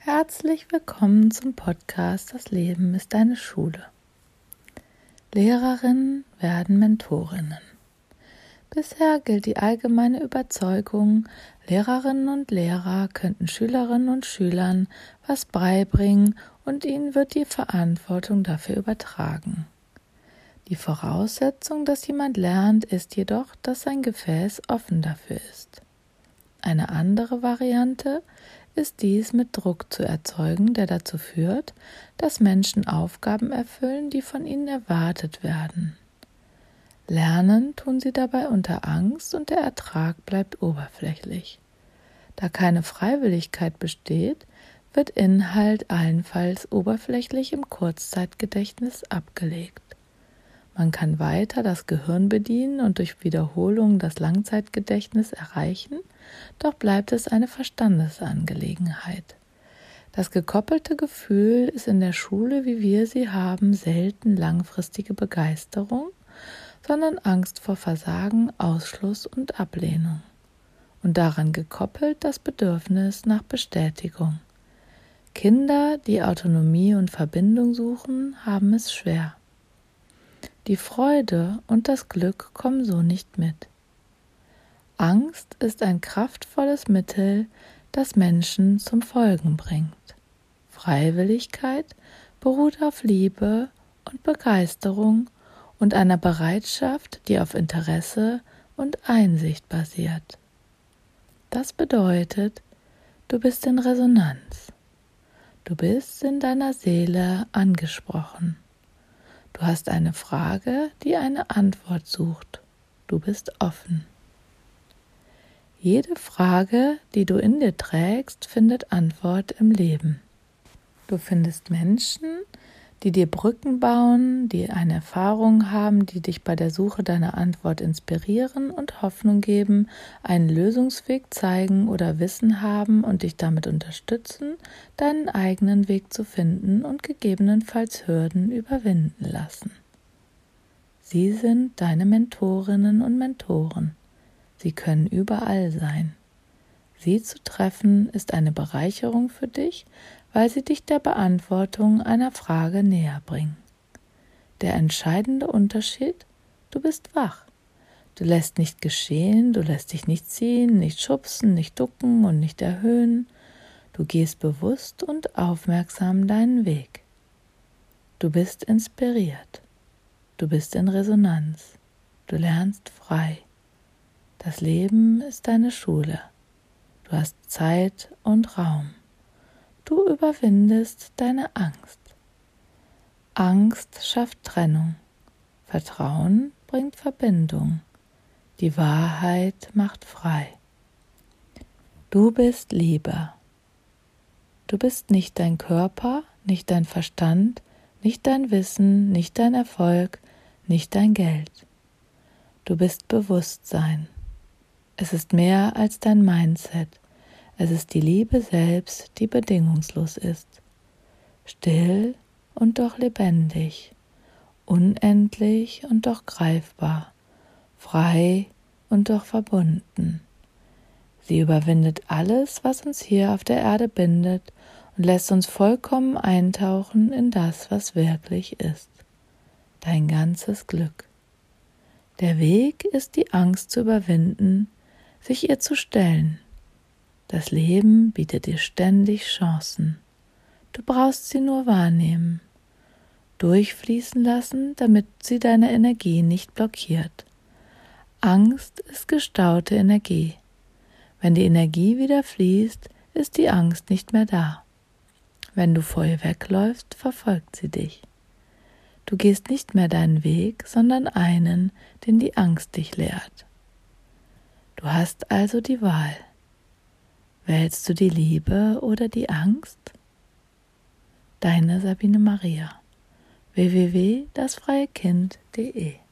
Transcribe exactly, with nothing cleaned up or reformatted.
Herzlich willkommen zum Podcast Das Leben ist eine Schule. Lehrerinnen werden Mentorinnen. Bisher gilt die allgemeine Überzeugung, Lehrerinnen und Lehrer könnten Schülerinnen und Schülern was beibringen und ihnen wird die Verantwortung dafür übertragen. Die Voraussetzung, dass jemand lernt, ist jedoch, dass sein Gefäß offen dafür ist. Eine andere Variante ist dies mit Druck zu erzeugen, der dazu führt, dass Menschen Aufgaben erfüllen, die von ihnen erwartet werden. Lernen tun sie dabei unter Angst und der Ertrag bleibt oberflächlich. Da keine Freiwilligkeit besteht, wird Inhalt allenfalls oberflächlich im Kurzzeitgedächtnis abgelegt. Man kann weiter das Gehirn bedienen und durch Wiederholung das Langzeitgedächtnis erreichen, doch bleibt es eine Verstandesangelegenheit. Das gekoppelte Gefühl ist in der Schule, wie wir sie haben, selten langfristige Begeisterung, sondern Angst vor Versagen, Ausschluss und Ablehnung. Und daran gekoppelt das Bedürfnis nach Bestätigung. Kinder, die Autonomie und Verbindung suchen, haben es schwer. Die Freude und das Glück kommen so nicht mit. Angst ist ein kraftvolles Mittel, das Menschen zum Folgen bringt. Freiwilligkeit beruht auf Liebe und Begeisterung und einer Bereitschaft, die auf Interesse und Einsicht basiert. Das bedeutet, du bist in Resonanz. Du bist in deiner Seele angesprochen. Du hast eine Frage, die eine Antwort sucht. Du bist offen. Jede Frage, die du in dir trägst, findet Antwort im Leben. Du findest Menschen, die dir Brücken bauen, die eine Erfahrung haben, die dich bei der Suche deiner Antwort inspirieren und Hoffnung geben, einen Lösungsweg zeigen oder Wissen haben und dich damit unterstützen, deinen eigenen Weg zu finden und gegebenenfalls Hürden überwinden lassen. Sie sind deine Mentorinnen und Mentoren. Sie können überall sein. Sie zu treffen ist eine Bereicherung für dich, weil sie dich der Beantwortung einer Frage näher bringen. Der entscheidende Unterschied: du bist wach. Du lässt nicht geschehen, du lässt dich nicht ziehen, nicht schubsen, nicht ducken und nicht erhöhen. Du gehst bewusst und aufmerksam deinen Weg. Du bist inspiriert. Du bist in Resonanz. Du lernst frei. Das Leben ist deine Schule. Du hast Zeit und Raum. Du überwindest deine Angst. Angst schafft Trennung. Vertrauen bringt Verbindung. Die Wahrheit macht frei. Du bist Liebe. Du bist nicht dein Körper, nicht dein Verstand, nicht dein Wissen, nicht dein Erfolg, nicht dein Geld. Du bist Bewusstsein. Es ist mehr als dein Mindset. Es ist die Liebe selbst, die bedingungslos ist. Still und doch lebendig. Unendlich und doch greifbar. Frei und doch verbunden. Sie überwindet alles, was uns hier auf der Erde bindet und lässt uns vollkommen eintauchen in das, was wirklich ist. Dein ganzes Glück. Der Weg ist, die Angst zu überwinden, sich ihr zu stellen. Das Leben bietet dir ständig Chancen. Du brauchst sie nur wahrnehmen, durchfließen lassen, damit sie deine Energie nicht blockiert. Angst ist gestaute Energie. Wenn die Energie wieder fließt, ist die Angst nicht mehr da. Wenn du vor ihr wegläufst, verfolgt sie dich. Du gehst nicht mehr deinen Weg, sondern einen, den die Angst dich lehrt. Du hast also die Wahl. Wählst du die Liebe oder die Angst? Deine Sabine Maria. w w w punkt das freie kind punkt de